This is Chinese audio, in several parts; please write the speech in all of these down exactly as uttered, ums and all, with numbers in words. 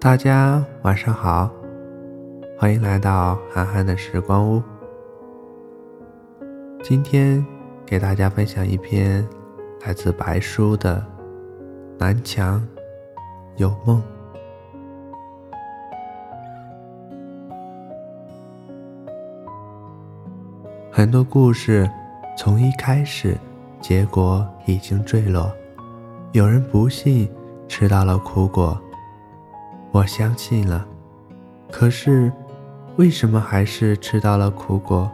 大家晚上好，欢迎来到涵涵的时光屋。今天给大家分享一篇来自白书的《南墙有梦》。很多故事从一开始结果已经坠落，有人不幸吃到了苦果，我相信了，可是为什么还是吃到了苦果？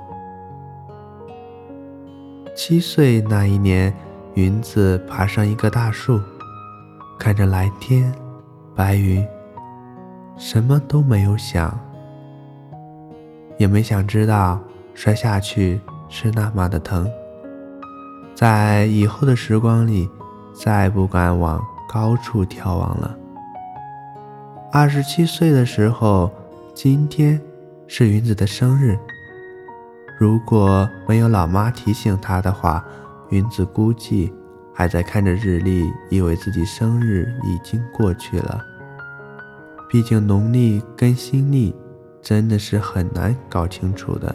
七岁那一年，云子爬上一棵大树，看着蓝天白云，什么都没有想，也没想知道摔下去是那么的疼。在以后的时光里，再不敢往高处眺望了。二十七岁的时候，今天是云子的生日。如果没有老妈提醒她的话，云子估计还在看着日历，以为自己生日已经过去了。毕竟农历跟新历真的是很难搞清楚的。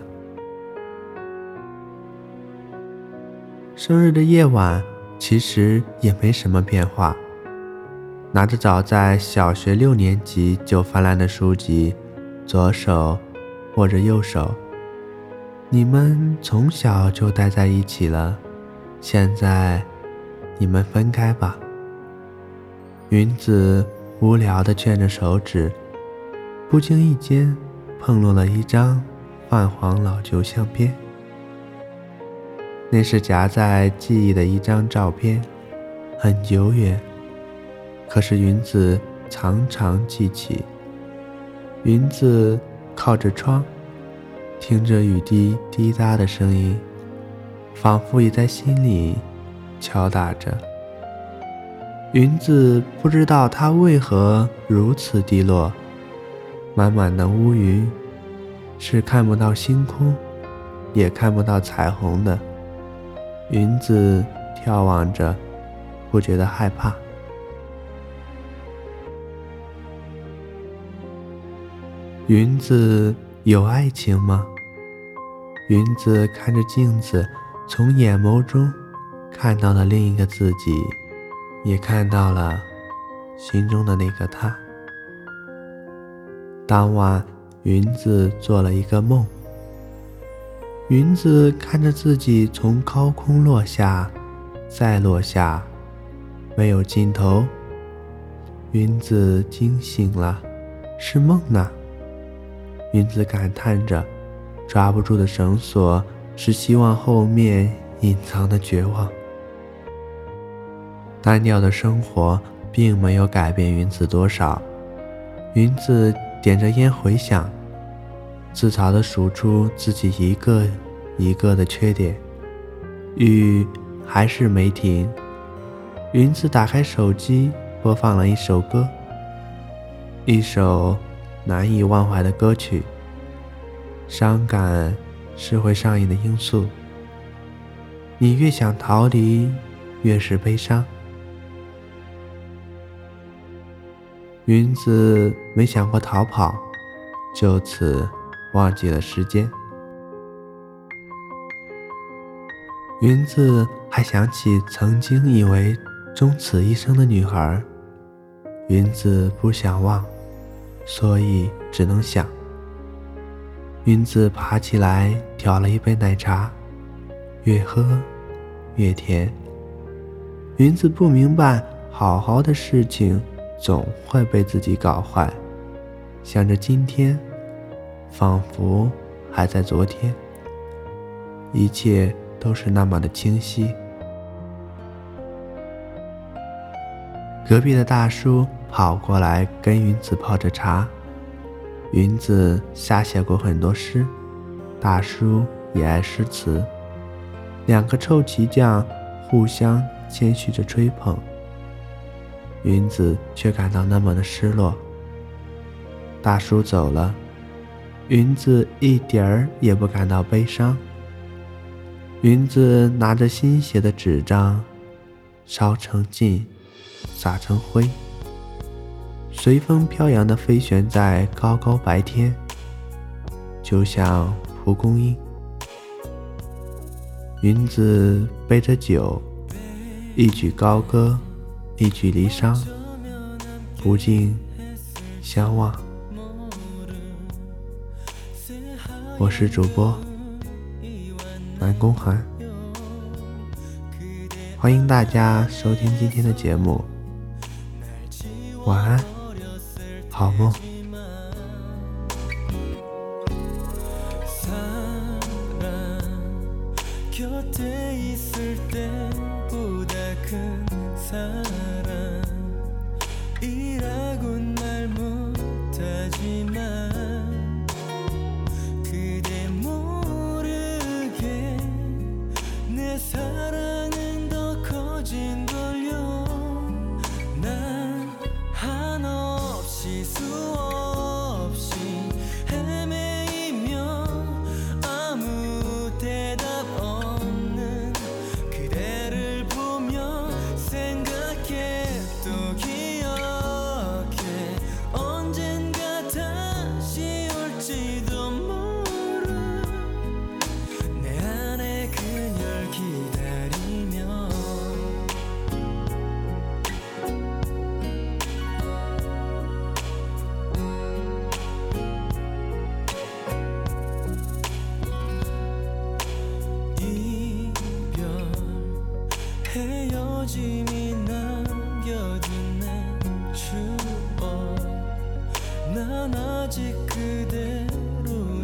生日的夜晚其实也没什么变化，拿着早在小学六年级就翻烂的书籍，左手握着右手。你们从小就待在一起了，现在你们分开吧。云子无聊地圈着手指，不经意间碰落了一张泛黄老旧相片。那是夹在记忆的一张照片，很久远，可是云子常常记起。云子靠着窗，听着雨滴滴答的声音，仿佛也在心里敲打着。云子不知道它为何如此低落，满满的乌云，是看不到星空，也看不到彩虹的。云子眺望着，不觉得害怕。云子有爱情吗？云子看着镜子，从眼眸中看到了另一个自己，也看到了心中的那个他。当晚，云子做了一个梦。云子看着自己从高空落下，再落下，没有尽头。云子惊醒了，是梦呢。云子感叹着，抓不住的绳索是希望后面隐藏的绝望。单调的生活并没有改变云子多少。云子点着烟回想，自嘲地数出自己一个一个的缺点。雨还是没停。云子打开手机，播放了一首歌，一首难以忘怀的歌曲。伤感是会上瘾的因素，你越想逃离，越是悲伤。云子没想过逃跑，就此忘记了时间。云子还想起曾经以为终此一生的女孩，云子不想忘，所以只能想。云子爬起来挑了一杯奶茶，越喝越甜。云子不明白，好好的事情总会被自己搞坏。想着今天，仿佛还在昨天，一切都是那么的清晰。隔壁的大叔跑过来跟云子泡着茶。云子瞎写过很多诗，大叔也爱诗词，两个臭棋匠互相谦虚着吹捧。云子却感到那么的失落。大叔走了，云子一点儿也不感到悲伤。云子拿着新写的纸张，烧成烬，撒成灰， 随风飘扬地飞旋在高高白天，就像蒲公英。云子背着酒，一曲高歌，一曲离殇，不尽相望。我是主播南宫寒，欢迎大家收听今天的节目，晚安，好梦。 사랑은 더 커진걸요. 난 한없이 수없이 헤매이며 아무 대답 없는 그대를 보며 생각해 또 기억해. 언젠가 다시 올지도 모르 내 안에 그녀를 기다리며. 이별 헤어짐이 남겨둔 내 추억 난 아직 그대로